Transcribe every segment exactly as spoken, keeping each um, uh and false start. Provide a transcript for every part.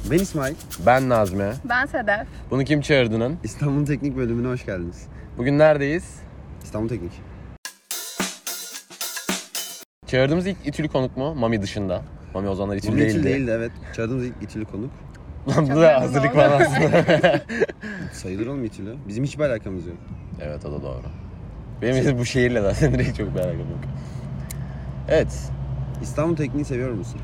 Ben İsmail. Ben Nazmi. Ben Sedef. Bunu kim çağırdığının? İstanbul Teknik bölümüne hoş geldiniz. Bugün neredeyiz? İstanbul Teknik. Çağırdığımız ilk İTÜ'lü konuk mu? Mami dışında. Mami o zamanlar İTÜ'lü Mami değildi. İTÜ'lü değildi evet. Çağırdığımız ilk İTÜ'lü konuk. Lan bu da hazırlık falan aslında. Sayılır oğlum İTÜ'lü. Bizim hiçbir alakamız yok. Evet o da doğru. Benim bu şehirle zaten direkt çok bir alakam yok. Evet. İstanbul Teknik'i seviyor musun?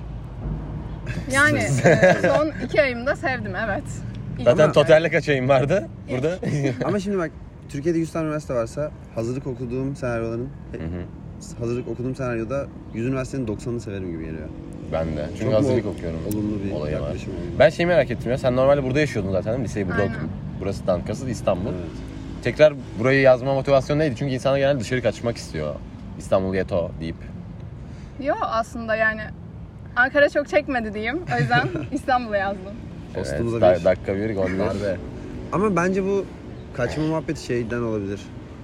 Yani e, son iki ayımda sevdim evet. İlk Zaten Ama- totalde kaç ayım vardı burada? Ama şimdi bak Türkiye'de yüz tane üniversite varsa hazırlık okuduğum senaryoların Hı hı. hazırlık okuduğum senaryoda yüz üniversitenin doksanını severim gibi geliyor. Ben de. Çünkü Çok hazırlık ol- okuyorum. olumlu bir Olayı var. yaklaşım oldu. Ben şeyi merak ettim ya. Sen normalde burada yaşıyordun zaten değil mi? Liseyi burada Aynen. okudun. Burası Dankası İstanbul. Evet. Tekrar burayı yazma motivasyon neydi? Çünkü insanlar genelde dışarı kaçmak istiyor. İstanbul yeto deyip. Yo aslında yani Ankara çok çekmedi diyeyim. O yüzden İstanbul'a yazdım. Postumuza da- bir dakika bir gol bir. darbe. Ama bence bu kaçma muhabbeti şeyden olabilir.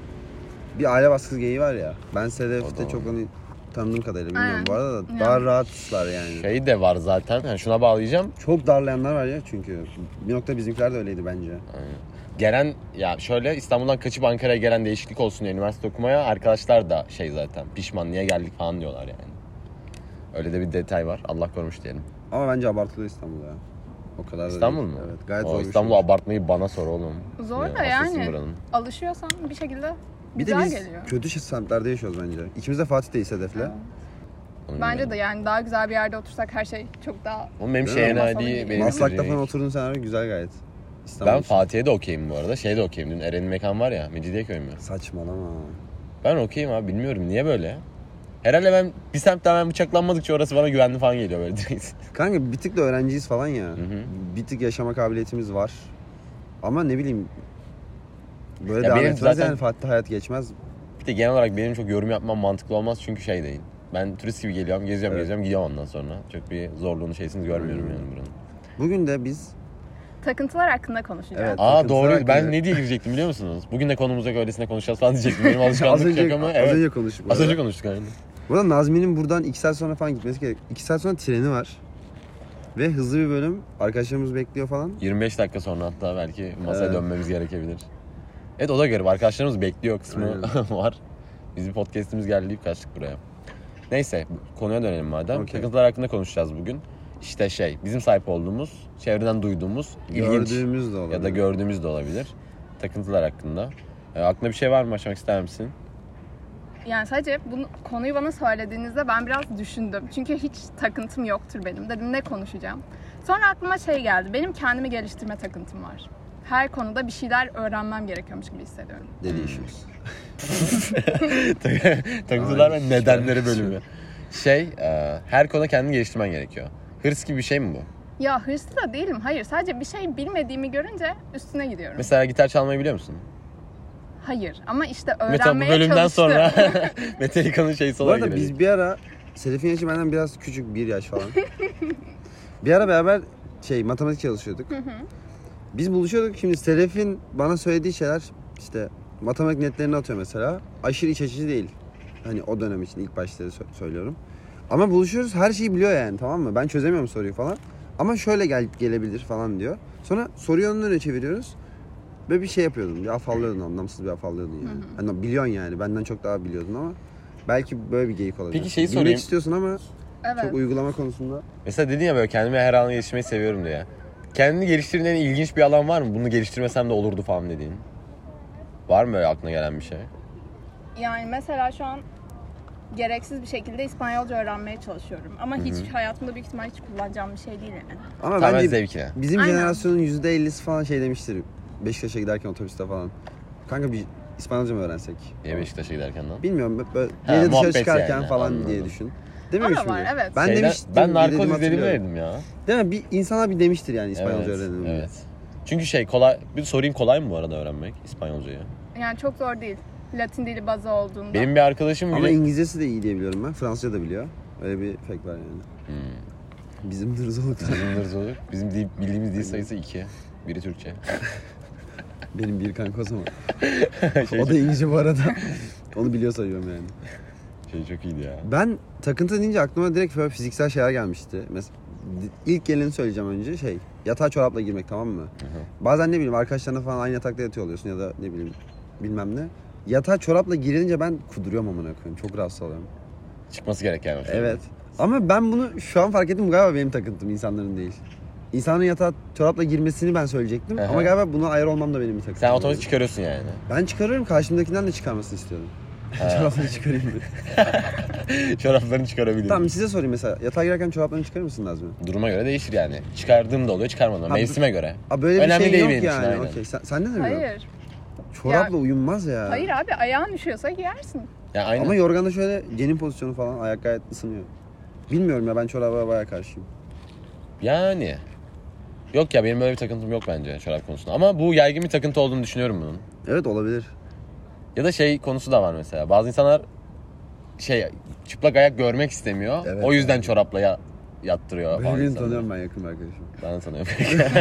Bir aile baskısı geyiği var ya. Ben O da Sedef'te var. çok onu tanıdığım kadarıyla bilmiyorum. Aynen. Bu arada da Yani. daha rahatlar yani. Şey de var zaten. Yani şuna bağlayacağım. Çok darlayanlar var ya çünkü. Bir nokta bizimkiler de öyleydi bence. Gelen ya şöyle İstanbul'dan kaçıp Ankara'ya gelen değişiklik olsun diye üniversite okumaya arkadaşlar da şey zaten pişman niye geldik falan diyorlar yani. Öyle de bir detay var. Allah korumuş diyelim. Ama bence abartılı İstanbul ya. O kadar da İstanbul değil. mu? Evet, gayet o zor bir İstanbul'u şey. abartmayı bana sor oğlum. Zor Ya, da hastasın yani. buranın. Alışıyorsan bir şekilde Bir de güzel biz geliyor. kötü semtlerde yaşıyoruz bence. İkimiz de Fatih'teyiz Sedef'le. Evet. Onu Bence bilmiyorum. de yani daha güzel bir yerde otursak her şey çok daha... Oğlum benim Değil şey mi? enayiliği benim Maslak'ta direkt- falan oturduğun senaryo güzel gayet. İstanbul Ben için. Fatih'e de okeyim bu arada. Şey de okeyim. Dün Eren'in mekan var ya. Mecidiyeköy mü? Saçmalama. Ben okeyim abi. Bilmiyorum. Niye böyle? Herhalde ben bir semtten ben bıçaklanmadıkça orası bana güvenli falan geliyor böyle direkt. Kanka bir tık da öğrenciyiz falan ya. Hı hı. Bir tık yaşama kabiliyetimiz var. Ama ne bileyim böyle Ya devam benim etmez zaten- yani Fatih'te hayat geçmez. Bir de genel olarak benim çok yorum yapmam mantıklı olmaz çünkü şey değil. Ben turist gibi geliyorum, geziyorum, Evet. geziyorum, gidiyorum ondan sonra. Çok bir zorluğunu şeysini görmüyorum Hmm. yani buranın. Bugün de biz Takıntılar hakkında konuşacağız. Evet. Aa Takıntılar doğru. hakkında- Ben ne diye girecektim biliyor musunuz? Bugün de konumuza öylesine konuşacağız falan diyecektim. Benim az alışkanlık önce, yok ama az evet. önce konuştuk. bu Az önce arada. konuştuk aynen. Bu arada Nazmi'nin buradan iki saat sonra falan gitmesi gerek. iki saat sonra treni var. Ve hızlı bir bölüm. Arkadaşlarımız bekliyor falan. yirmi beş dakika sonra hatta belki masaya Evet. dönmemiz gerekebilir. Evet o da garip. Arkadaşlarımız bekliyor kısmı Aynen. var. Bizim podcast'imiz geldi deyip kaçtık buraya. Neyse konuya dönelim madem. Okey. Takıntılar hakkında konuşacağız bugün. İşte şey bizim sahip olduğumuz, çevreden duyduğumuz, ilginç Gördüğümüz de olabilir. ya da gördüğümüz de olabilir. Takıntılar hakkında. E, aklına bir şey var mı? Açmak ister misin? Yani sadece bunu konuyu bana söylediğinizde ben biraz düşündüm. Çünkü hiç takıntım yoktur benim. Dedim ne konuşacağım. Sonra aklıma şey geldi. Benim kendimi geliştirme takıntım var. Her konuda bir şeyler öğrenmem gerekiyormuş gibi hissediyorum. Dedi işimiz. Takıntılar Ay, ve nedenleri şey- bölümü. Şey, e, her konuda kendini geliştirmen gerekiyor. Hırs gibi bir şey mi bu? Ya hırslı da değilim. Hayır. Sadece bir şey bilmediğimi görünce üstüne gidiyorum. Mesela gitar çalmayı biliyor musun? Hayır. Ama işte Meta bu öğrenmeye bölümden çalıştım. sonra Metallica'nın şeysi Bu olarak arada girecek. biz bir ara Sedef'in yaşı benden biraz küçük, bir yaş falan. Bir ara beraber şey matematik çalışıyorduk. Biz buluşuyorduk. Şimdi Sedef'in bana söylediği şeyler işte matematik netlerini atıyor mesela. Aşırı iç açıcı değil. Hani o dönem için ilk başta sö- söylüyorum. Ama buluşuyoruz, her şeyi biliyor yani, tamam mı? Ben çözemiyorum soruyu falan. Ama şöyle gel gelebilir falan diyor. Sonra soruyu onun önüne çeviriyoruz. Böyle bir şey yapıyordun. Bir afallıyordun, anlamsız bir afallıyordun yani. Hani biliyorsun yani. Benden çok daha biliyordun ama belki böyle bir geyik olacak. Peki şeyi Bilmek sorayım. istiyorsun ama Evet. çok uygulama konusunda. Mesela dedin ya böyle kendimi her an geliştirmeyi seviyorum diye. Kendini geliştirdiğin ilginç bir alan var mı? Bunu geliştirmesem de olurdu falan dediğin. Var mı öyle aklına gelen bir şey? Yani mesela şu an gereksiz bir şekilde İspanyolca öğrenmeye çalışıyorum. Ama hiç hayatımda büyük ihtimal hiç kullanacağım bir şey değil yani. Ama Tamamen bence zevkine. bizim Aynen. jenerasyonun yüzde ellisi falan şey demiştir. Beşiktaş'a giderken otobüste falan. Kanka bir İspanyolca mı öğrensek? Niye Beşiktaş'a giderken lan? Bilmiyorum. Böyle Ha, bir de dışarı muhabbet çıkarken yani, falan anladım. diye düşün. Dememiş O da var, miydi? evet. Ben Şeyden- demiştim. Ben bir narkoz dediğimi izlediğimi hatırlıyorum. dedim ya. Değil mi? Bir insana bir demiştir yani İspanyolca Evet, öğrenelim diye. evet. Çünkü şey kolay, bir sorayım kolay mı bu arada öğrenmek İspanyolcayı? Yani çok zor değil. Latin dili bazı olduğunda. Benim bir arkadaşım Ama bile... İngilizcesi de iyi diye biliyorum ben. Fransızca da biliyor. Öyle bir fake var yani. Hmm. Bizim dırzoluk. Bizim olur. Bizim dil, bildiğimiz dil sayısı iki. Biri Türkçe. Benim bir kanka o zaman. şey, O da İngilizce bu arada. Onu biliyor sayıyorum yani. şey çok iyiydi ya. Ben takıntı deyince aklıma direkt böyle fiziksel şeyler gelmişti. Mesela ilk geleni söyleyeceğim önce şey. yatağa çorapla girmek, tamam mı? Hı-hı. Bazen ne bileyim arkadaşlarına falan aynı yatakta yatıyor oluyorsun ya da ne bileyim bilmem ne. Yatağa çorapla girince ben kuduruyorum amına koyayım. Çok rahatsız oluyorum. Çıkması gereken o şey. Evet. Ama ben bunu şu an fark ettim, galiba benim takıntım, insanların değil. İnsanın yatağa çorapla girmesini ben söyleyecektim. Hı-hı. Ama galiba buna ayar olmam da benim bir takıntım. Sen otomatik çıkarıyorsun yani. Ben çıkarıyorum, karşımdakinden de çıkarmasını istiyorum. Çorapları çıkarayım diye. Çoraplarını çıkarabilirim. Tamam, size sorayım mesela. Yatağa girerken çoraplarını çıkarır mısın Nazmi? Duruma göre değişir yani. Çıkardığım da oluyor, çıkarmadığım da. Mevsime göre. Abi böyle Önemli bir şey değil yok benim için, yani. aynen. Okey. Sen, sende de mi yok? Hayır. Çorapla Ya- uyunmaz ya. Hayır abi, ayağın üşüyorsa giyersin. Ya aynen. Ama yorganda şöyle cenin pozisyonu falan, ayak gayet ısınıyor. Bilmiyorum ya, ben çoraba bayağı karşıyım. Yani. Yok ya, benim böyle bir takıntım yok bence çorap konusunda. Ama bu yaygın bir takıntı olduğunu düşünüyorum bunun. Evet, olabilir. Ya da şey konusu da var mesela. Bazı insanlar şey çıplak ayak görmek istemiyor. Evet, o yüzden evet. çorapla ya, yattırıyor Ben falan birini insanları. tanıyorum, ben yakın bir arkadaşım. Ben de tanıyorum.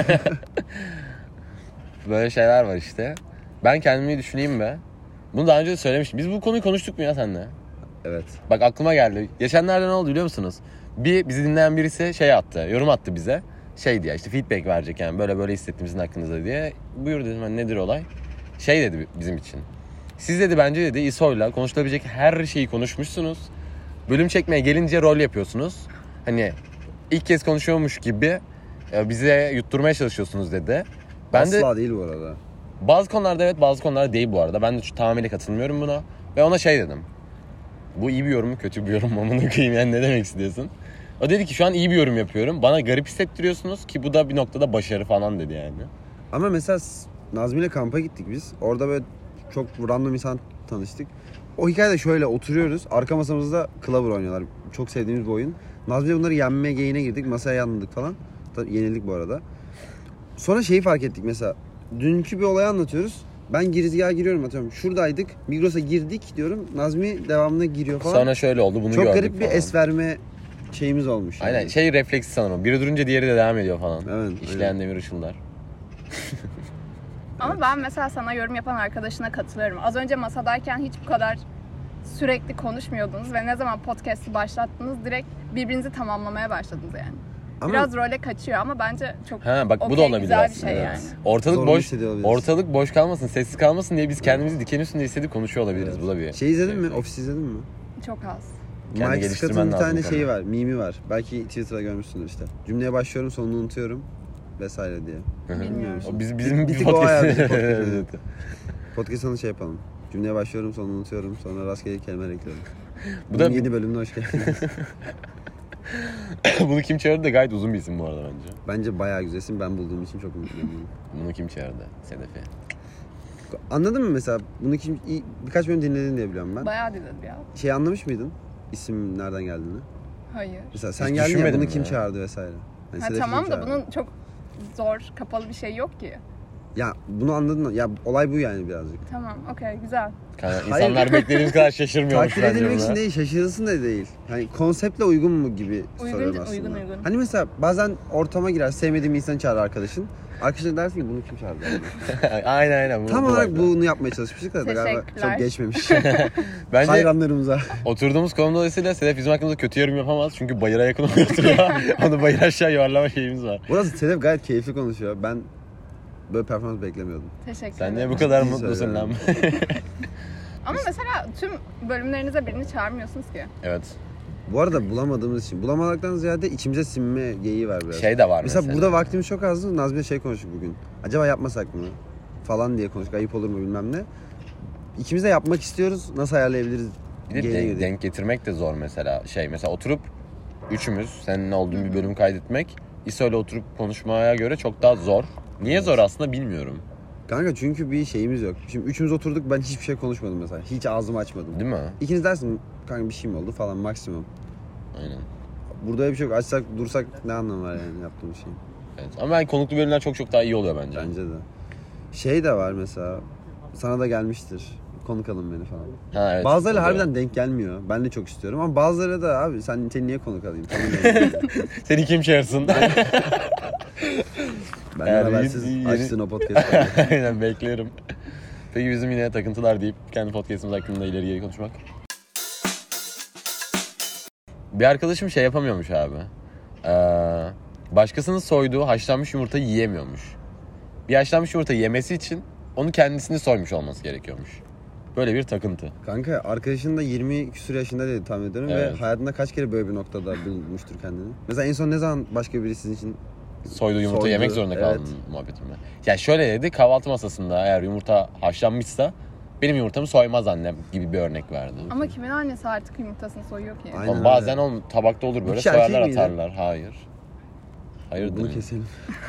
Böyle şeyler var işte. Ben kendimi düşüneyim be. Bunu daha önce de söylemiştim. Biz bu konuyu konuştuk mu ya seninle? Evet. Bak aklıma geldi. Geçenlerde ne oldu biliyor musunuz? Bir bizi dinleyen birisi şey attı, yorum attı bize. Şey diye işte feedback verecek yani, böyle böyle hissettiğimizin hakkınızda diye. Buyur dedim, hani nedir olay? Şey dedi bizim için. Siz dedi bence dedi İso'yla konuşulabilecek her şeyi konuşmuşsunuz. Bölüm çekmeye gelince rol yapıyorsunuz. Hani ilk kez konuşuyormuş gibi bize yutturmaya çalışıyorsunuz dedi. Ben Asla de değil bu arada. bazı konularda evet, bazı konularda değil bu arada. Ben de tamamıyla katılmıyorum buna. Ve ona şey dedim. Bu iyi bir yorum mu kötü bir yorum mu amına koyayım, yani ne demek istiyorsun? O dedi ki şu an iyi bir yorum yapıyorum. Bana garip hissettiriyorsunuz ki bu da bir noktada başarı falan dedi yani. Ama mesela Nazmi ile kampa gittik biz. Orada böyle çok random insan tanıştık. O hikayede şöyle oturuyoruz. Arka masamızda Clover oynuyorlar. Çok sevdiğimiz bir oyun. Nazmi ile bunları yenme geyine girdik. Masaya yanladık falan. Tabii yenildik bu arada. Sonra şeyi fark ettik mesela. Dünkü bir olayı anlatıyoruz. Ben girizgaha giriyorum, atıyorum. Şuradaydık. Migros'a girdik diyorum. Nazmi devamına giriyor falan. Sonra şöyle oldu, bunu çok gördük garip bir falan. es verme şeyimiz olmuş. Aynen yani. şey refleksi sanırım. Biri durunca diğeri de devam ediyor falan. Evet, İşleyen aynen. demir ışınlar. Ama ben mesela sana yorum yapan arkadaşına katılıyorum. Az önce masadayken hiç bu kadar sürekli konuşmuyordunuz ve ne zaman podcast'i başlattınız direkt birbirinizi tamamlamaya başladınız yani. Ama Biraz role kaçıyor ama bence çok Ha bak bu okey, da olabilir güzel aslında. bir şey Evet. yani. Ortalık Zorunlu boş hissediyor olabiliriz. ortalık boş kalmasın, sessiz kalmasın diye biz kendimizi diken üstünde hissedip konuşuyor olabiliriz. Evet. Bu da bir şey izledin mi? şey. Ofis izledin mi? Çok az. Kendi Mike geliştirmen Scott'ın bir lazım tane bu şeyi konuda. var, mimi var. Belki Twitter'da görmüşsündür işte. Cümleye başlıyorum, sonunu unutuyorum vesaire diye. Hı hı. Bilmiyorum. O biz, bizim Bir bir tık o hayal bizim podcast. podcast'ın. Podcast sonu şey yapalım. Cümleye başlıyorum, sonunu unutuyorum. Sonra rastgele kelimeler ekliyorum. Bu Bu da da yeni bölümüne hoş geldiniz. bunu kim çağırdı da gayet uzun bir isim bu arada bence. Bence bayağı güzelsin. Ben bulduğum için çok mutluyum. Bunu kim çağırdı? Sedef'i. Anladın mı mesela? Bunu kim iyi- birkaç bölüm dinledin diye biliyorum ben. Bayağı dinledim ya. Şey anlamış mıydın? İsim nereden geldiğini? Hayır. Mesela sen Hiç geldin ya, düşünmedim bunu kim ya. çağırdı vesaire. Yani Ha, Sedef'i tamam kim da çağırdı? bunun çok zor, kapalı bir şey yok ki. Ya bunu anladın mı? Ya olay bu yani birazcık. Tamam, okey, güzel. Yani insanlar beklediğimiz kadar şaşırmıyormuş Takdir bence edilmek buna. için değil, şaşırılsın da değil. Hani konseptle uygun mu gibi Uygun, soruyorum aslında. uygun, uygun. Hani mesela bazen ortama girer, sevmediğin bir insanı çağırır arkadaşın. Arkadaşına dersin ki bunu kim çağırdı? aynen aynen. Bu, Tam bu olarak var. bunu yapmaya çalışmıştık da galiba Teşekkürler. çok geçmemiş. Bence Hayranlarımıza. oturduğumuz konu dolayısıyla Sedef bizim hakkımızda kötü yorum yapamaz. Çünkü bayıra yakın oturuyor. Onu bayır aşağı yuvarlama şeyimiz var. Burası Sedef gayet keyifli konuşuyor. Ben böyle performans beklemiyordum. Teşekkür Sen ederim. niye bu kadar Ciddi mutlusun lan? söylüyorum. Ama mesela tüm bölümlerinize birini çağırmıyorsunuz ki. Evet. Bu arada bulamadığımız için. Bulamamaktan ziyade içimize sinme geyiği var biraz. Şey de var mesela. mesela. Burada vaktimiz çok azdı. Nazmi'yle şey konuştuk bugün. Acaba yapmasak mı? Falan diye konuştuk. Ayıp olur mu bilmem ne. İkimiz de yapmak istiyoruz. Nasıl ayarlayabiliriz? Bir de Geyiğe denk, girdik. denk getirmek de zor mesela. Şey mesela oturup üçümüz seninle olduğun bir bölüm kaydetmek İso'yla oturup konuşmaya göre çok daha zor. Niye zor aslında bilmiyorum. Kanka çünkü bir şeyimiz yok. Şimdi üçümüz oturduk, ben hiçbir şey konuşmadım mesela. Hiç ağzımı açmadım. Değil mi? İkiniz dersin kanka bir şey mi oldu falan maksimum. Aynen. Burada öyle bir şey yok. Açsak dursak ne anlamı var yani yaptığımız şey. Evet. Ama ben konuklu bölümler çok çok daha iyi oluyor bence. Bence de. Şey de var mesela. Sana da gelmiştir. Konuk alın beni falan. Ha, evet. Bazılarıyla Oluyor. harbiden denk gelmiyor. Ben de çok istiyorum ama bazıları da abi sen seni niye konuk alayım? Tamam, Seni kim çağırsın? ben Yani de habersiz yeni- açtın o podcast'ı. Aynen beklerim. Peki bizim yine takıntılar deyip kendi podcast'ımız hakkında ileri geri konuşmak. Bir arkadaşım şey yapamıyormuş abi. Ee, başkasının soyduğu haşlanmış yumurtayı yiyemiyormuş. Bir haşlanmış yumurta yemesi için onu kendisini soymuş olması gerekiyormuş. Böyle bir takıntı. Kanka arkadaşın da yirmi küsur yaşında dedi tahmin ediyorum Evet. ve hayatında kaç kere böyle bir noktada bulmuştur kendini. Mesela en son ne zaman başka biri sizin için Soyduğu yumurta Soydu, yemek zorunda evet. kaldım muhabbetimde. Yani şöyle dedi, kahvaltı masasında eğer yumurta haşlanmışsa benim yumurtamı soymaz annem gibi bir örnek verdi. Ama kimin annesi artık yumurtasını soyuyor ki? Aynen. Ama bazen o tabakta olur böyle, kişi erkek soyarlar miydi? atarlar. Hayır. Hayır bunu dedim. keselim.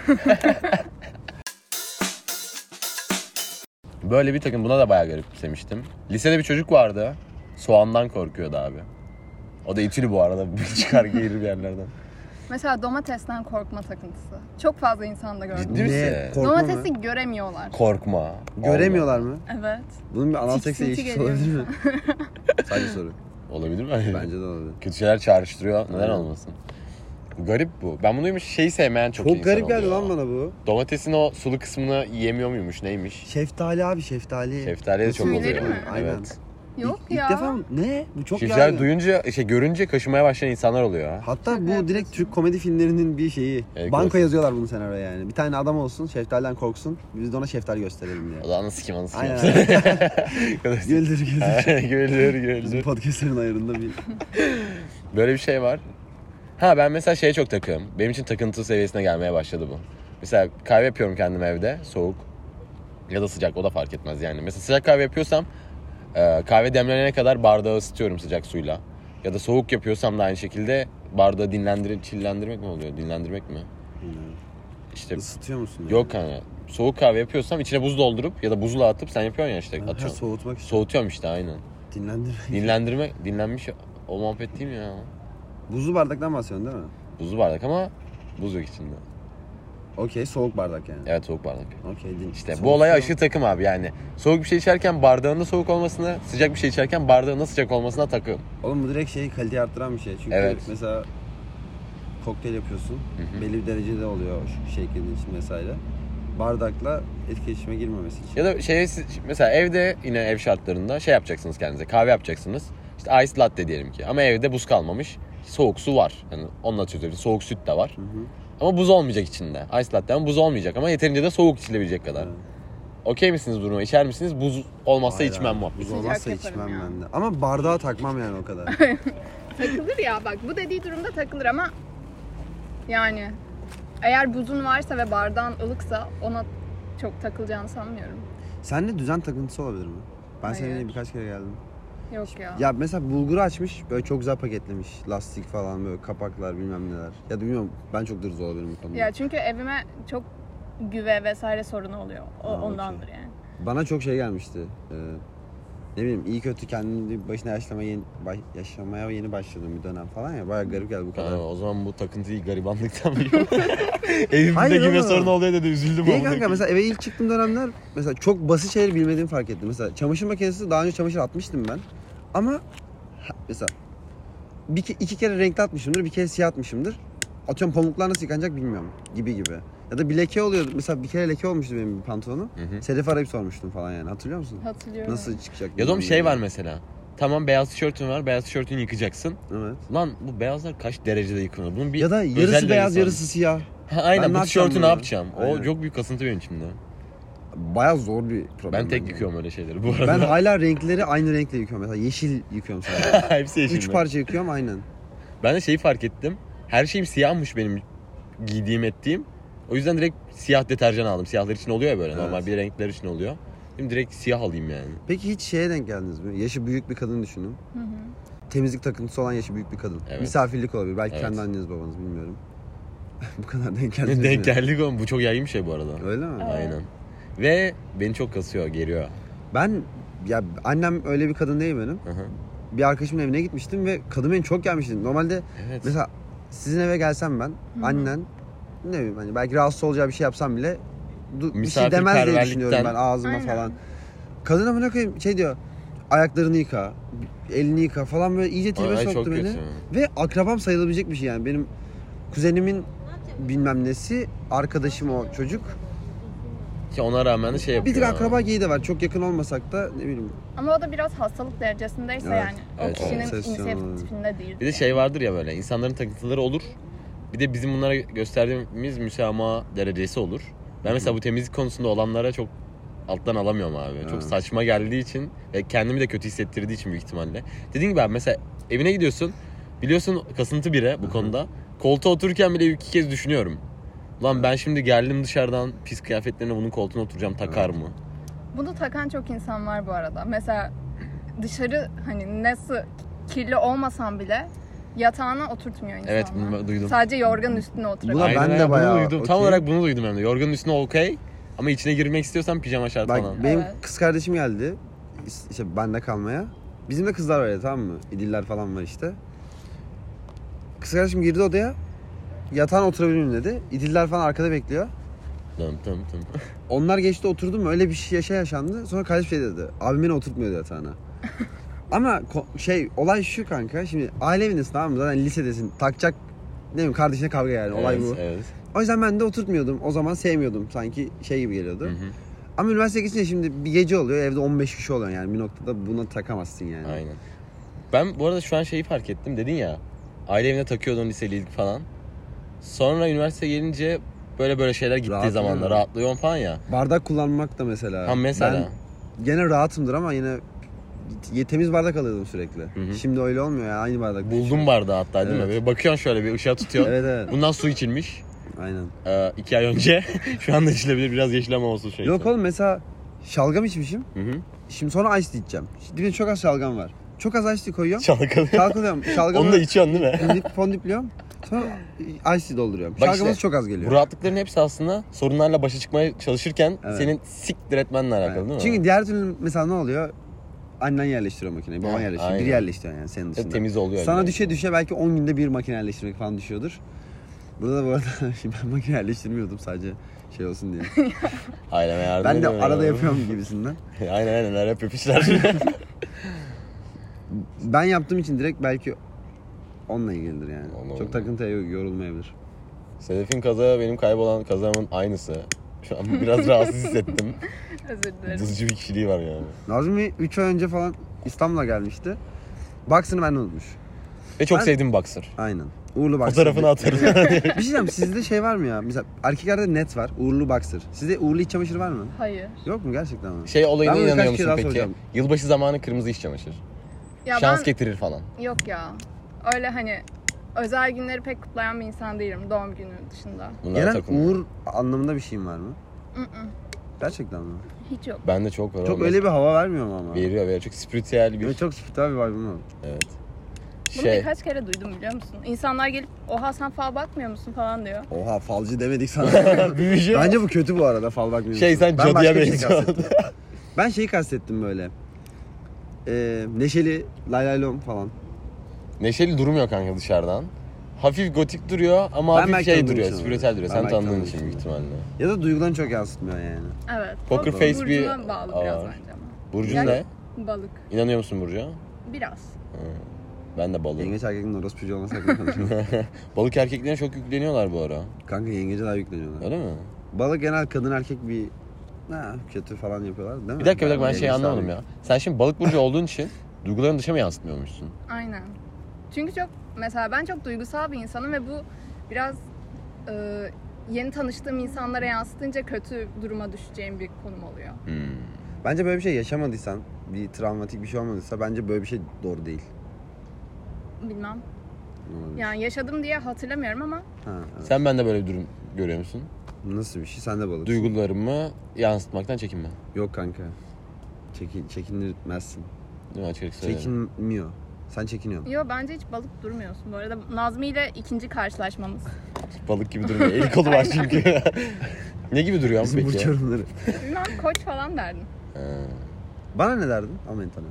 Böyle bir takım, buna da bayağı garipsemiştim. Lisede bir çocuk vardı. Soğandan korkuyordu abi. O da itili bu arada. Bir çıkar gelir bir yerlerden. Mesela domatesten korkma takıntısı. Çok fazla insanda gördüm. Ciddi misin? Ne? Korkma Domatesi mı? göremiyorlar. Korkma. Göremiyorlar mı? Evet. Bunun bir anal seksle Tiksinti ilişkisi geliyor. olabilir mi? Sadece soru. Olabilir mi? Bence de olabilir. Kötü şeyler çağrıştırıyor. Neden Aynen. olmasın? Garip bu. Ben bunu duymuş, şeyi sevmeyen çok, Çok insan garip geldi oluyor. lan bana bu. Domatesin o sulu kısmını yiyemiyor muymuş? Neymiş? Şeftali abi şeftali. Şeftaliye de çok Tüyleri oluyor. mi? Aynen. Evet. Yok İlk, ya. ilk defa ne? Bu çok Çiftler yaygın. duyunca, şey görünce kaşımaya başlayan insanlar oluyor. ha. Hatta Şaka bu yapıyorsun. direkt Türk komedi filmlerinin bir şeyi. Evet, Banka klasik. yazıyorlar bunu senaryoya yani. Bir tane adam olsun, şeftaliden korksun. Biz de ona şeftali gösterelim diye. O zaman nasıl kim anı sikim. Aynen. Güldür güldür. Güldür Bizim güldür. podcastlerin ayarında bir... Böyle bir şey var. Ha ben mesela şeye çok takığım. Benim için takıntı seviyesine gelmeye başladı bu. Mesela kahve yapıyorum kendim evde. Soğuk. Ya da sıcak, o da fark etmez yani. Mesela sıcak kahve yapıyorsam e, kahve demlenene kadar bardağı ısıtıyorum sıcak suyla. Ya da soğuk yapıyorsam da aynı şekilde bardağı dinlendirip çillendirmek mi oluyor? Dinlendirmek mi? İşte Isıtıyor musun? yani? yok hani soğuk kahve yapıyorsam içine buz doldurup ya da buzluğa atıp sen yapıyorsun ya işte Ha, atıyorum. soğutmak için. Soğutuyorum işte aynen. Dinlendir. Dinlendirme, dinlenmiş o muhabbet değil mi ya? Buzlu bardaktan bahsediyorsun değil mi? Buzlu bardak ama buz yok içinde. Okey, soğuk bardak yani. Evet soğuk bardak. Okey, din. İşte soğuk bu olaya su- aşırı takım abi yani. Soğuk bir şey içerken bardağında soğuk olmasına, sıcak bir şey içerken bardağında sıcak olmasına takım. Oğlum bu direkt şeyi kaliteyi arttıran bir şey. Çünkü Evet. mesela kokteyl yapıyorsun. Hı hı. Belli bir derecede oluyor o shaker'ın için vesaire. Bardakla etkileşime girmemesi için. Ya da şey mesela evde yine ev şartlarında şey yapacaksınız kendinize. Kahve yapacaksınız. İşte ice latte diyelim ki. Ama evde buz kalmamış. Soğuk su var. Yani onunla çözebiliriz. Soğuk süt de var. Hı hı. Ama buz olmayacak içinde. Ice latte ama buz olmayacak ama yeterince de soğuk içilebilecek kadar. Evet. Okey misiniz bu duruma? İçer misiniz? Buz olmazsa Hayır içmem abi, muhabbeti. Buz Sıcak olmazsa yaparım içmem ya. ben de. Ama bardağa takmam yani o kadar. Takılır ya bak, bu dediği durumda takılır ama yani eğer buzun varsa ve bardağın ılıksa ona çok takılacağını sanmıyorum. Sende düzen takıntısı olabilir mi? Ben Hayır. seninle birkaç kere geldim. Yok ya. Ya mesela bulguru açmış, böyle çok güzel paketlemiş. Lastik falan, böyle kapaklar bilmem neler. Ya da bilmiyorum, ben çok dırız olabilirim bu konuda. Ya çünkü evime çok güve vesaire sorunu oluyor. O Ha, ondandır okey. yani. Bana çok şey gelmişti. Ee, ne bileyim, iyi kötü kendini başına yaşamaya yeni, baş- yaşamaya yeni başladığım bir dönem falan ya. Bayağı garip geldi bu kadar. Ha, o zaman bu takıntıyı garibanlıktan mı yiyor? Evimde Hayır güve oğlum. sorunu oluyor dedi, üzüldüm. Değil amına kanka, koyayım. mesela eve ilk çıktığım dönemler mesela çok basit şeyleri bilmediğimi fark ettim. Mesela çamaşır makinesi, daha önce çamaşır atmıştım ben. Ama ha- mesela bir ke- iki kere renkli atmışımdır, bir kere siyah atmışımdır. Atıyorum pamuklar nasıl yıkanacak bilmiyorum gibi gibi. Ya da bir leke oluyordu. Mesela bir kere leke olmuştu benim bir pantolonum. Hı hı. Sedef arayıp sormuştum falan yani. Hatırlıyor musun? Hatırlıyorum. Nasıl çıkacak? Ya da oğlum bilmem şey ne. var mesela. Tamam beyaz tişörtün var. Beyaz tişörtünü yıkacaksın. Evet. Lan bu beyazlar kaç derecede yıkanıyor? Bunun bir Ya da özel yarısı derecesi beyaz, var. yarısı siyah. Ha, aynen Ben ne bu tişörtü yapacağım ne bunu? yapacağım? Aynen. O çok büyük kasıntı benim içimde. Bayağı zor bir problem. Ben tek bence. yıkıyorum öyle şeyleri bu arada. Ben hala renkleri aynı renkle yıkıyorum. Mesela yeşil yıkıyorum sadece. Hepsi yeşil Üç mi? parça yıkıyorum aynen. Ben de şeyi fark ettim. Her şeyim siyahmış benim giydiğim ettiğim. O yüzden direkt siyah deterjan aldım. Siyahlar için oluyor ya böyle. Evet. Normal bir renkler için oluyor. Şimdi direkt siyah alayım yani. Peki hiç şeye denk geldiniz mi? Yaşı büyük bir kadın düşünün. Hı hı. Temizlik takıntısı olan yaşı büyük bir kadın. Evet. Misafirlik olabilir. Belki Evet. kendi anneniz babanız bilmiyorum. Bu kadar denk geldiniz Denk mi? geldik oğlum. Bu çok yaygın bir şey bu arada. Öyle mi? Evet. Aynen. Ve beni çok kasıyor, geriyor. Ben ya annem öyle bir kadın değil benim. Hı hı. Bir arkadaşımın evine gitmiştim ve kadın beni çok gelmişti. Normalde Evet. mesela sizin eve gelsem ben, Hı. annen ne bileyim hani belki rahatsız olacağı bir şey yapsam bile du- bir şey demez diye Misafirperverlikten- düşünüyorum ben ağzıma Aynen. falan. Kadın amına koyayım şey diyor. Ayaklarını yıka, elini yıka falan böyle iyice tribe Ay, çok soktu beni. kötü. Ve akrabam sayılabilecek bir şey yani. Benim kuzenimin bilmem nesi, arkadaşım o çocuk. Ki ona rağmen de şey Bir yapıyor. tık akraba geyiği de var. Çok yakın olmasak da ne bileyim. Ama o da biraz hastalık derecesindeyse Evet. yani. O Evet, kişinin evet. inisiyatifinde değil. Bir de şey vardır ya böyle, insanların takıntıları olur. Bir de bizim bunlara gösterdiğimiz müsamaha derecesi olur. Ben mesela bu temizlik konusunda olanlara çok alttan alamıyorum abi. Çok Ha. saçma geldiği için ve kendimi de kötü hissettirdiği için büyük ihtimalle. Dediğim gibi abi mesela evine gidiyorsun. Biliyorsun kasıntı biri bu konuda. Koltuğa otururken bile iki kez düşünüyorum. Lan ben şimdi geldim dışarıdan pis kıyafetlerine bunun koltuğuna oturacağım, takar mı? Bunu takan çok insan var bu arada. Mesela dışarı hani nasıl kirli olmasan bile yatağına oturtmuyor insanlar. Evet, bunu duydum. Sadece yorganın üstüne oturabiliyor. Buna ben Aynen, de bunu bayağı duydum. Tam okey. olarak bunu duydum hem de. Yorganın üstüne okey ama içine girmek istiyorsan pijama şart Bak falan. benim Evet. kız kardeşim geldi. İşte bende kalmaya. Bizim de kızlar var ya, tamam mı? İdiller falan var işte. Kız kardeşim girdi odaya. Yatağına oturabilirim dedi. İdiller falan arkada bekliyor. Dım dım dım. Onlar geçti, oturdu mu öyle bir şey yaşa yaşandı. Sonra kardeşim şey dedi. Abim beni oturtmuyordu yatağına. Ama ko- şey olay şu kanka. Şimdi aile evindesin, tamam mı? Zaten lisedesin. Takacak ne bileyim kardeşine kavga yani. Olay Evet, bu. evet. O yüzden ben de oturtmuyordum. O zaman sevmiyordum. Sanki şey gibi geliyordu. Hı hı. Ama üniversiteye geçince şimdi bir gece oluyor. Evde on beş kişi oluyor yani. Bir noktada buna takamazsın yani. Aynen. Ben bu arada şu an şeyi fark ettim. Dedin ya aile evine takıyordun liseliydik falan. Sonra üniversiteye gelince böyle böyle şeyler gittiği Rahatlıyor zamanlar mu? rahatlıyorsun falan ya. Bardak kullanmak da mesela. Ha mesela. Ben gene rahatımdır ama yine y- temiz bardak alıyordum sürekli. hı. Şimdi öyle olmuyor ya, aynı bardak. Buldum bardağı hatta değil mi? Evet. Böyle bakıyorsun şöyle bir ışığa tutuyorsun. Evet evet. Bundan su içilmiş. Aynen. Ee, iki ay önce. Şu anda içilebilir, biraz yeşilleme olsun şey. Yok oğlum, mesela şalgam içmişim. Hı hı. Şimdi sonra ice tea içeceğim. Dibine çok az şalgam var. Çok az ice tea koyuyorum. Çalkalıyor. Çalkalıyorum. Şalgamı Onu da içiyorsun değil mi? fondip, fondipliyorum. Sonra ice tea dolduruyorum. Bak Şalgamımız işte, çok az geliyor. Bu rahatlıkların hepsi aslında sorunlarla başa çıkmaya çalışırken Evet. senin siktir etmenle alakalı Aynen. değil mi? Çünkü diğer türlü mesela ne oluyor? Annen yerleştiriyor makineyi, baban Ha, yerleştiriyor. aynen. Biri yerleştiriyor yani senin dışında. temiz oluyor. Sana yani. düşe düşe belki on günde bir makine yerleştirmek falan düşüyordur. Burada da bu arada şimdi ben makine yerleştirmiyordum sadece şey olsun diye. Aileme yardım Ben de ediyorum. arada yapıyorum gibisinden. aynen aynen neler yapıyor pişler. Ben yaptığım için direkt belki onunla ilgilidir yani. Onunla Çok oldu. takıntıya yorulmayabilir. Sedef'in kazağı benim kaybolan kazağımın aynısı. Şu an biraz rahatsız hissettim. Özür dilerim. Dızcı bir kişiliği var yani. Nazmi üç ay önce falan İstanbul'a gelmişti. Boxer'ını benden unutmuş. Ve çok Ben- sevdiğim boxer. Aynen. Uğurlu Boxer. Fotoğrafını atarım. Bir şey diyeceğim, sizde şey var mı ya? Mesela erkeklerde net var. Uğurlu Boxer. Sizde uğurlu iç çamaşır var mı? Hayır. Yok mu gerçekten mi? Şey olayına Ben bunu inanıyor birkaç kere musun daha peki? soracağım. Yılbaşı zamanı kırmızı iç çamaşır. Ya Şans ben getirir falan. yok ya. Öyle hani özel günleri pek kutlayan bir insan değilim doğum günü dışında. Bunlara Genel takılmıyorum. uğur anlamında bir şeyin var mı? Mm-mm. Gerçekten mi? Hiç yok. Bende çok var. Çok ama öyle bir hava vermiyor mu ama? veriyor veriyor. Çok spiritüel bir. Böyle çok spiritüel bir vibe'ım var. Evet. Bunu Şey. birkaç kere duydum biliyor musun? İnsanlar gelip oha sen fal bakmıyor musun falan diyor. Oha, falcı demedik sana. Büyücü. Bence bu kötü bu arada, fal bakmıyor. Şey, musun? sen Ben cadıya başka bir şey benziyorsun. kastettim. Ben şeyi kastettim böyle. Ee, neşeli, lay lay lom falan. Neşeli durmuyor kanka dışarıdan. Hafif gotik duruyor ama Ben hafif belki şey tanıdığım duruyor, için spiritüel duruyor. Ben Sen belki tanıdığın tanıdığım için için büyük ihtimalle. Ya da duygularını çok yansıtmıyor yani. Evet. Poker o face bir- burcuna bağlı biraz Aa. bence ama. Burcun Yani- ne? Balık. İnanıyor musun Burcu'ya? Biraz. Hı. Ben de balığım. Yengeç erkeğin orospucu olması hakkında konuşuyorum. Balık erkeklerine çok yükleniyorlar bu ara. Kanka yengece daha yükleniyorlar. Öyle mi? Balık genel kadın erkek bir ha, kötü falan yapıyorlar değil mi? Bir dakika bir dakika ben Yengeç şeyi daha anlamadım büyük. ya. Sen şimdi balık burcu olduğun için duygularını dışa mı yansıtmıyormuşsun? Aynen. Çünkü çok mesela ben çok duygusal bir insanım ve bu biraz e, yeni tanıştığım insanlara yansıtınca kötü duruma düşeceğim bir konum oluyor. Hmm. Bence böyle bir şey yaşamadıysan, bir travmatik bir şey olmadıysa bence böyle bir şey doğru değil. Bilmem. Olabilir. Yani yaşadım diye hatırlamıyorum ama Ha, evet. Sen bende böyle bir durum görüyor musun? Nasıl bir şey? Sen de balıksın. Duygularımı yansıtmaktan çekinme. Yok kanka. Çekin, çekinmezsin. Değil mi açık söyleyeyim. Çekinmiyor. Sen çekiniyorsun. yo bence hiç balık durmuyorsun. Bu arada Nazmi ile ikinci karşılaşmamız. Balık gibi durmuyor. Eli kolu var çünkü. Ne gibi duruyor ama Bizim burç peki? yorumları. Bilmem koç falan derdin. Ha. Bana ne derdin? Amentana.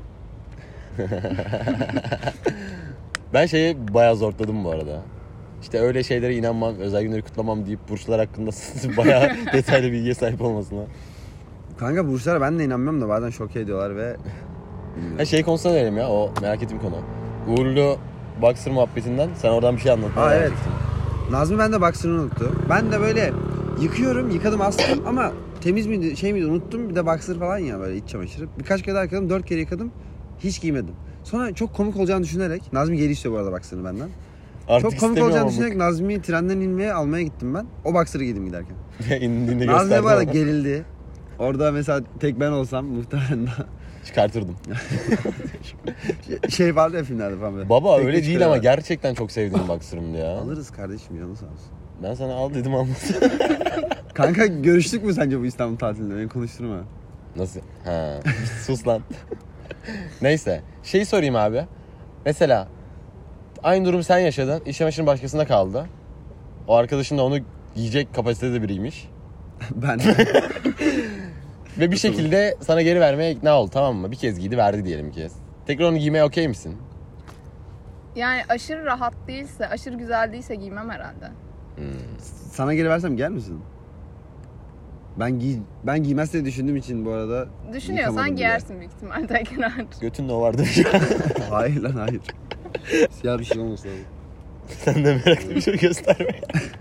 Ben şeyi bayağı zorladım bu arada. İşte öyle şeylere inanmam, özel günleri kutlamam deyip burçlar hakkında bayağı detaylı bilgiye sahip olmasına. Kanka burçlara ben de inanmıyorum da bazen şok ediyorlar ve... Ha şey konusuna dönelim ya, o merak ettiğim konu. Uğurlu boxer muhabbetinden sen oradan bir şey anlatmaya Aa, evet. gelecektin. Nazmi bende boxer'ını unuttu. Ben de böyle yıkıyorum, yıkadım astım ama temiz miydi, şey miydi unuttum. Bir de boxer falan ya, böyle iç çamaşırı. Birkaç kere daha yıkadım, dört kere yıkadım. Hiç giymedim. Sonra çok komik olacağını düşünerek, Nazmi geri istiyor bu arada boxer'ını benden. Artık Çok komik istemiyorum olacağını ama düşünerek Nazmi'yi trenden inmeye almaya gittim ben. O boxer'ı giydim giderken. İndiğinde Nazmi gösterdim bu arada ama gerildi. Orada mesela tek ben olsam muhtemelen daha çıkartırdım. şey vardı ya filmlerde falan böyle. Baba Tek öyle de değil çıkarıyorlar. ama gerçekten çok sevdiğim boxer'ımdı ya. Alırız kardeşim canı sağ olsun. Ben sana al dedim almadın. Kanka görüştük mü sence bu İstanbul tatilinde? Beni konuşturma. Nasıl? Ha. Sus lan. Neyse. Şeyi sorayım abi. Mesela aynı durum sen yaşadın. İş çamaşırın başkasında kaldı. O arkadaşın da onu giyecek kapasitede biriymiş. Ben. Ve bir şekilde sana geri vermeye ikna oldu, tamam mı? Bir kez giydi, verdi diyelim bir kez. Tekrar onu giymeye okey misin? Yani aşırı rahat değilse, aşırı güzel değilse giymem herhalde. Hmm. Sana geri versem gel misin? Ben giy ben giymez diye düşündüğüm için bu arada Düşünüyorsan yıkamadım bile. giyersin büyük ihtimalle tekrar. Götünde o vardı. Hayır lan hayır. Siyah bir şey olmasın abi. Sen de meraklı bir şey gösterme.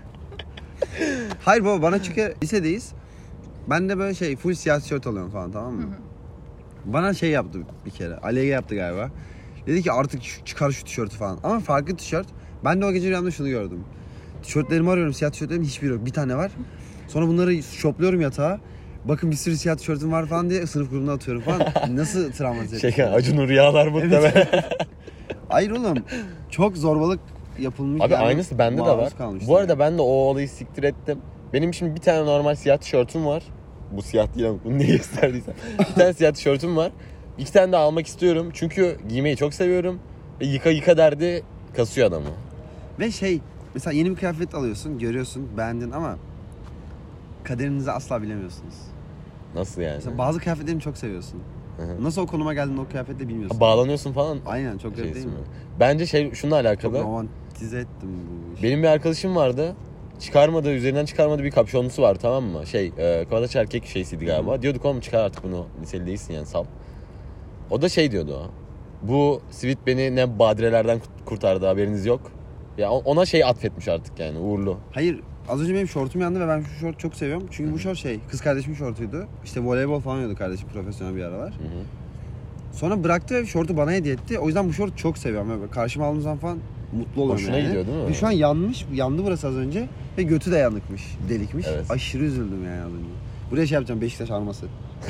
Hayır baba, bana çünkü lisedeyiz. Ben de böyle şey full siyah tişört alıyorum falan, tamam mı? Bana şey yaptı bir kere. Aleyge yaptı galiba. Dedi ki artık şu- çıkar şu tişörtü falan. Ama farklı tişört. Ben de o gece rüyamda şunu gördüm. Tişörtlerimi arıyorum, siyah tişörtlerim hiçbiri yok. Bir tane var. Sonra bunları şopluyorum yatağa. Bakın bir sürü siyah tişörtüm var falan diye sınıf grubuna atıyorum falan. Nasıl travmatize etmiş? Şey, Acun Rüyalar muhtemelen. Hayır oğlum. Çok zorbalık yapılmış. Abi yani aynısı bende de maruz var. kalmıştım Bu arada yani. ben de o olayı siktir ettim. Benim şimdi bir tane normal siyah tişörtüm var. Bu siyah değil ama bunu niye gösterdiysem. Bir tane siyah tişörtüm var. İki tane de almak istiyorum. Çünkü giymeyi çok seviyorum. Ve yıka yıka derdi kasıyor adamı. Ve şey, mesela yeni bir kıyafet alıyorsun, görüyorsun, beğendin ama kaderinizi asla bilemiyorsunuz. Nasıl yani? Mesela bazı kıyafetlerimi çok seviyorsun. Hı hı. Nasıl o konuma geldin o kıyafetle bilmiyorsun. Bağlanıyorsun falan. Aynen, çok garip Şeysi değil mi? mi? Bence şey şununla Çok alakalı. romantize ettim bu işi. Benim bir arkadaşım vardı. Çıkarmadığı, üzerinden çıkarmadığı bir kapşonlusu var, tamam mı? Şey, e, Kovadaç erkek şeysiydi galiba. Hı. Diyorduk oğlum çıkar artık bunu. Liseli değilsin yani, sal. O da şey diyordu o. Bu sivit beni ne badirelerden kurtardı, haberiniz yok. Ya ona şey atfetmiş artık yani, uğurlu. Hayır, az önce benim şortum yandı ve ben şu şort çok seviyorum. Çünkü bu şort şey, kız kardeşimin şortuydu. İşte voleybol falan oynuyordu kardeşim, profesyonel bir aralar. Hı hı. Sonra bıraktı ve şortu bana hediye etti. O yüzden bu şortu çok seviyorum. Böyle karşıma aldığım zaman falan mutlu oluyorum. Hoşuna yani. gidiyor değil mi? Ve şu an yanmış, yandı burası az önce. Ve götü de yanıkmış, delikmiş. Evet. Aşırı üzüldüm yani az önce. Buraya şey yapacağım, Beşiktaş arması.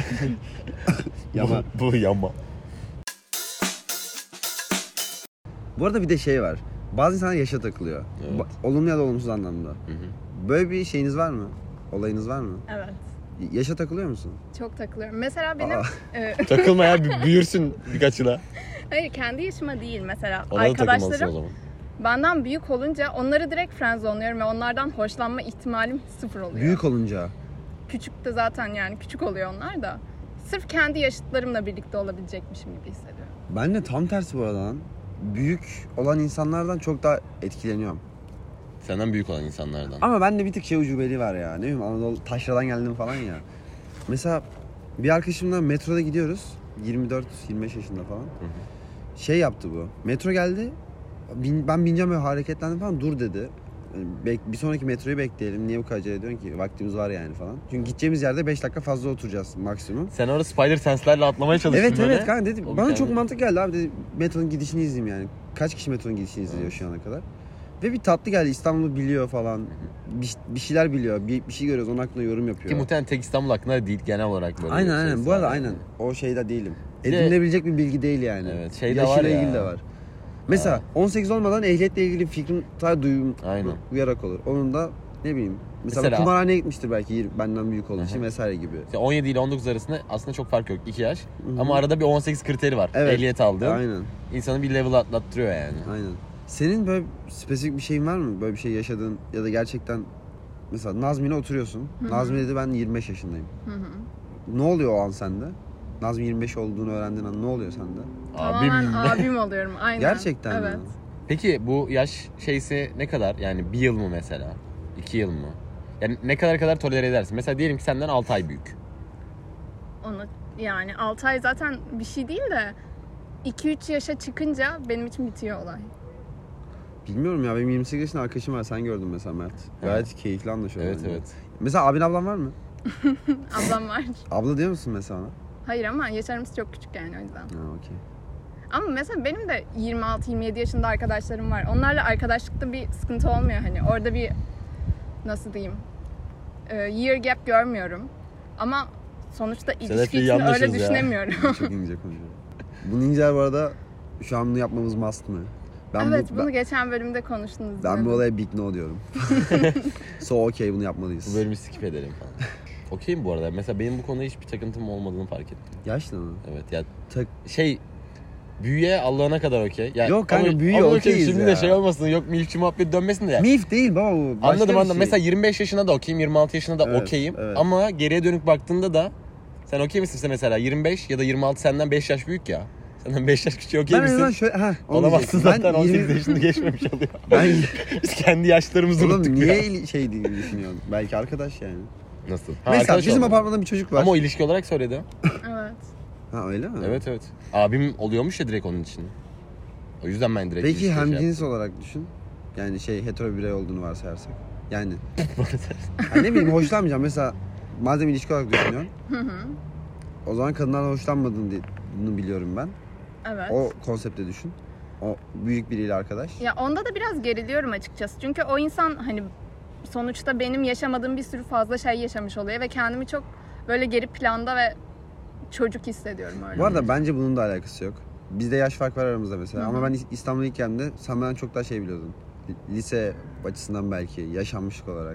Yama. Bu, bu yama. Bu arada bir de şey var. Bazı insanlar yaşa takılıyor. Evet. Ba- Olumlu ya da olumsuz anlamda. Hı hı. Böyle bir şeyiniz var mı? Olayınız var mı? Evet. Y- Yaşa takılıyor musun? Çok takılıyorum. Mesela benim... Aa. e, Takılma ya, bir büyürsün birkaç yıla. hayır, kendi yaşıma değil mesela. Ona da takılmalısın o Arkadaşlarım zaman. benden büyük olunca onları direkt friendzonluyorum ve onlardan hoşlanma ihtimalim sıfır oluyor. Büyük olunca. Küçük de zaten yani küçük oluyor onlar da. Sırf kendi yaşıtlarımla birlikte olabilecekmişim gibi hissediyorum. Ben de tam tersi bu arada lan. Büyük olan insanlardan çok daha etkileniyorum. Senden büyük olan insanlardan. Ama bende bir tık şey ucubeli var ya. Ne bileyim, Anadolu taşradan geldim falan ya. Mesela bir arkadaşımla metroda gidiyoruz. yirmi dört yirmi beş yaşında falan. Hı hı. Şey yaptı bu. Metro geldi. Bin, ben bineceğim, böyle hareketlendim falan. Dur dedi. Yani bek- bir sonraki metroyu bekleyelim. Niye bu kadar acele ediyorsun ki? Vaktimiz var yani falan. Çünkü gideceğimiz yerde beş dakika fazla oturacağız maksimum. Sen orada Spider Sense'lerle atlamaya çalıştın Evet böyle. evet kanka dedi. Oğlum Bana kendi- çok mantık geldi abi dedi. Metronun gidişini izleyeyim yani. Kaç kişi metronun gidişini izliyor Evet. şu ana kadar. Ve bir tatlı geldi. İstanbul'u biliyor falan. Bir, bir şeyler biliyor. Bir, bir şey görüyoruz. Onun hakkında yorum yapıyor. Ki muhtemelen tek İstanbul hakkında değil, genel olarak böyle. Aynen bir aynen. şeysi Bu arada var aynen. yani. O şeyde değilim. Bir de- Edinilebilecek bir bilgi değil yani. Evet, şey de Yaşıyla var ya. ilgili de var. Mesela Ha. on sekiz olmadan ehliyetle ilgili bir fikrim ta duyum Aynen. uyarak olur. Onun da ne bileyim. Mesela, Mesela- kumarhaneye gitmiştir belki yir- benden büyük olduğu için Hı hı. vesaire gibi. İşte on yedi ile on dokuz arasında aslında çok fark yok. iki yaş. Hı hı. Ama arada bir on sekiz kriteri var. Evet. Ehliyet aldığın. Aynen. İnsanı bir level atlattırıyor yani. Aynen. Senin böyle spesifik bir şeyin var mı? Böyle bir şey yaşadığın ya da gerçekten mesela Nazmi'yle oturuyorsun. Hı hı. Nazmi dedi ben yirmi beş yaşındayım. Hı hı. Ne oluyor o an sende? Nazmi yirmi beş olduğunu öğrendiğin an ne oluyor sende? Tamamen Abim. abim oluyorum aynen. Gerçekten Evet. mi? Peki bu yaş şeysi ne kadar? Yani bir yıl mı mesela? iki yıl mı? Yani ne kadar kadar tolere edersin? Mesela diyelim ki senden altı ay büyük. Onu yani altı ay zaten bir şey değil de iki üç yaşa çıkınca benim için bitiyor olay. Bilmiyorum ya, benim yirmi sekiz yaşında arkadaşım var, sen gördün mesela Mert. Gayet keyifli anlaşıyorlar. Evet bence. evet. Mesela abin ablan var mı? Ablam var. Abla diyor musun mesela ona? Hayır ama yaşlarımız çok küçük yani o yüzden. Ha okey. Ama mesela benim de yirmi altı yirmi yedi yaşında arkadaşlarım var. Onlarla arkadaşlıkta bir sıkıntı olmuyor hani. Orada bir nasıl diyeyim? Year gap görmüyorum. Ama sonuçta ilişki için öyle düşünemiyorum. Çok ince konuşuyor. Bu ninja bu arada şu an bunu yapmamız must mı? Ben evet bu, bunu ben, geçen bölümde konuştunuz. Ben dedim. bu olaya big no diyorum. So okay bunu yapmalıyız. Bu bölümü skip edelim falan. Okeyim bu arada. Mesela benim bu konuda hiçbir takıntım olmadığını fark ettim. Yaşlı mı? Evet ya Tak şey büyüye Allah'ına kadar okey. Yani, Yok kanka, ama- büyüye ama okeyiz Şimdi ya. de şey olmasın yok milfçi muhabbet dönmesin de ya. Milf değil baba bu. Başka Anladım bir anladım. şey. Mesela yirmi beş yaşına da okeyim, yirmi altı yaşına da Evet, okeyim. evet. Ama geriye dönük baktığında da sen okey misin mesela yirmi beş ya da yirmi altı senden beş yaş büyük ya. Senden beş yaş küçük okey Ben en azından misin? şöyle ha Olamazsın zaten on sekiz yirmi yaşını geçmemiş oluyor. Ben Biz kendi yaşlarımızı oğlum unuttuk niye ya. il- şey diye düşünüyorsun? Belki arkadaş yani. Nasıl? Ha, Mesela arkadaş bizim olmadı. apartmanda bir çocuk var. Ama o ilişki olarak söyledi. Evet. Ha öyle mi? Evet evet. Abim oluyormuş ya direkt onun için. O yüzden ben direkt Peki ilişkiye şey hemcins yaptım. olarak düşün. Yani şey hetero birey olduğunu varsayarsak. Yani. Ha, ne bileyim hoşlanmayacağım. Mesela madem ilişki olarak düşünüyorsun. O zaman kadınlardan hoşlanmadığını di- bunu biliyorum ben. Evet. O konsepte düşün. O büyük biriyle arkadaş. Ya onda da biraz geriliyorum açıkçası. Çünkü o insan hani sonuçta benim yaşamadığım bir sürü fazla şey yaşamış oluyor ve kendimi çok böyle geri planda ve çocuk hissediyorum öyle. Bu arada bence bunun da alakası yok. Bizde yaş fark var aramızda mesela. Hı hı. Ama ben İstanbul'a ilk geldiğimde sen benden çok daha şey biliyordun. Lise açısından belki, yaşanmışlık olarak.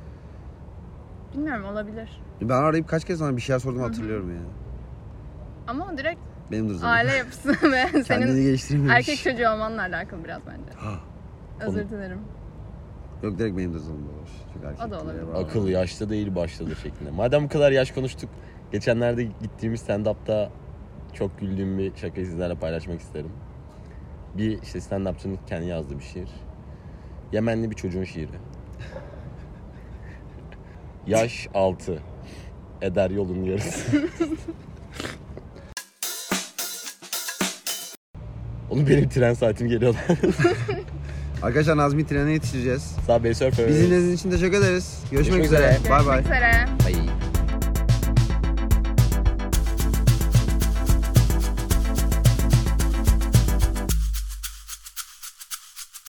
Bilmiyorum olabilir. Ben arayıp kaç kez sana bir şeyler sordum hatırlıyorum ya. Ama o direkt Benim de aile yapısı ve Kendini senin geliştirmemiş. erkek çocuğu olmanla alakalı biraz bence. Ha. Özür dilerim. Yok direkt benim de zorunda olur. Çünkü erkek O da olabilir. var. Akıl yaşta değil baştadır şeklinde. Madem bu kadar yaş konuştuk. Geçenlerde gittiğimiz stand-up'ta çok güldüğüm bir şakayı sizlerle paylaşmak isterim. Bir işte stand-upçının kendi yazdığı bir şiir. Yemenli bir çocuğun şiiri. Yaş altı. Eder yolun yarısı. Oğlum benim tren saatim geliyor lan. Arkadaşlar Nazmi trene yetiştireceğiz. Sağ bey surfer. Bizi dinlediğiniz için teşekkür ederiz. Görüşmek, Görüşmek üzere. üzere. Bay bay. Görüşmek üzere. Bye.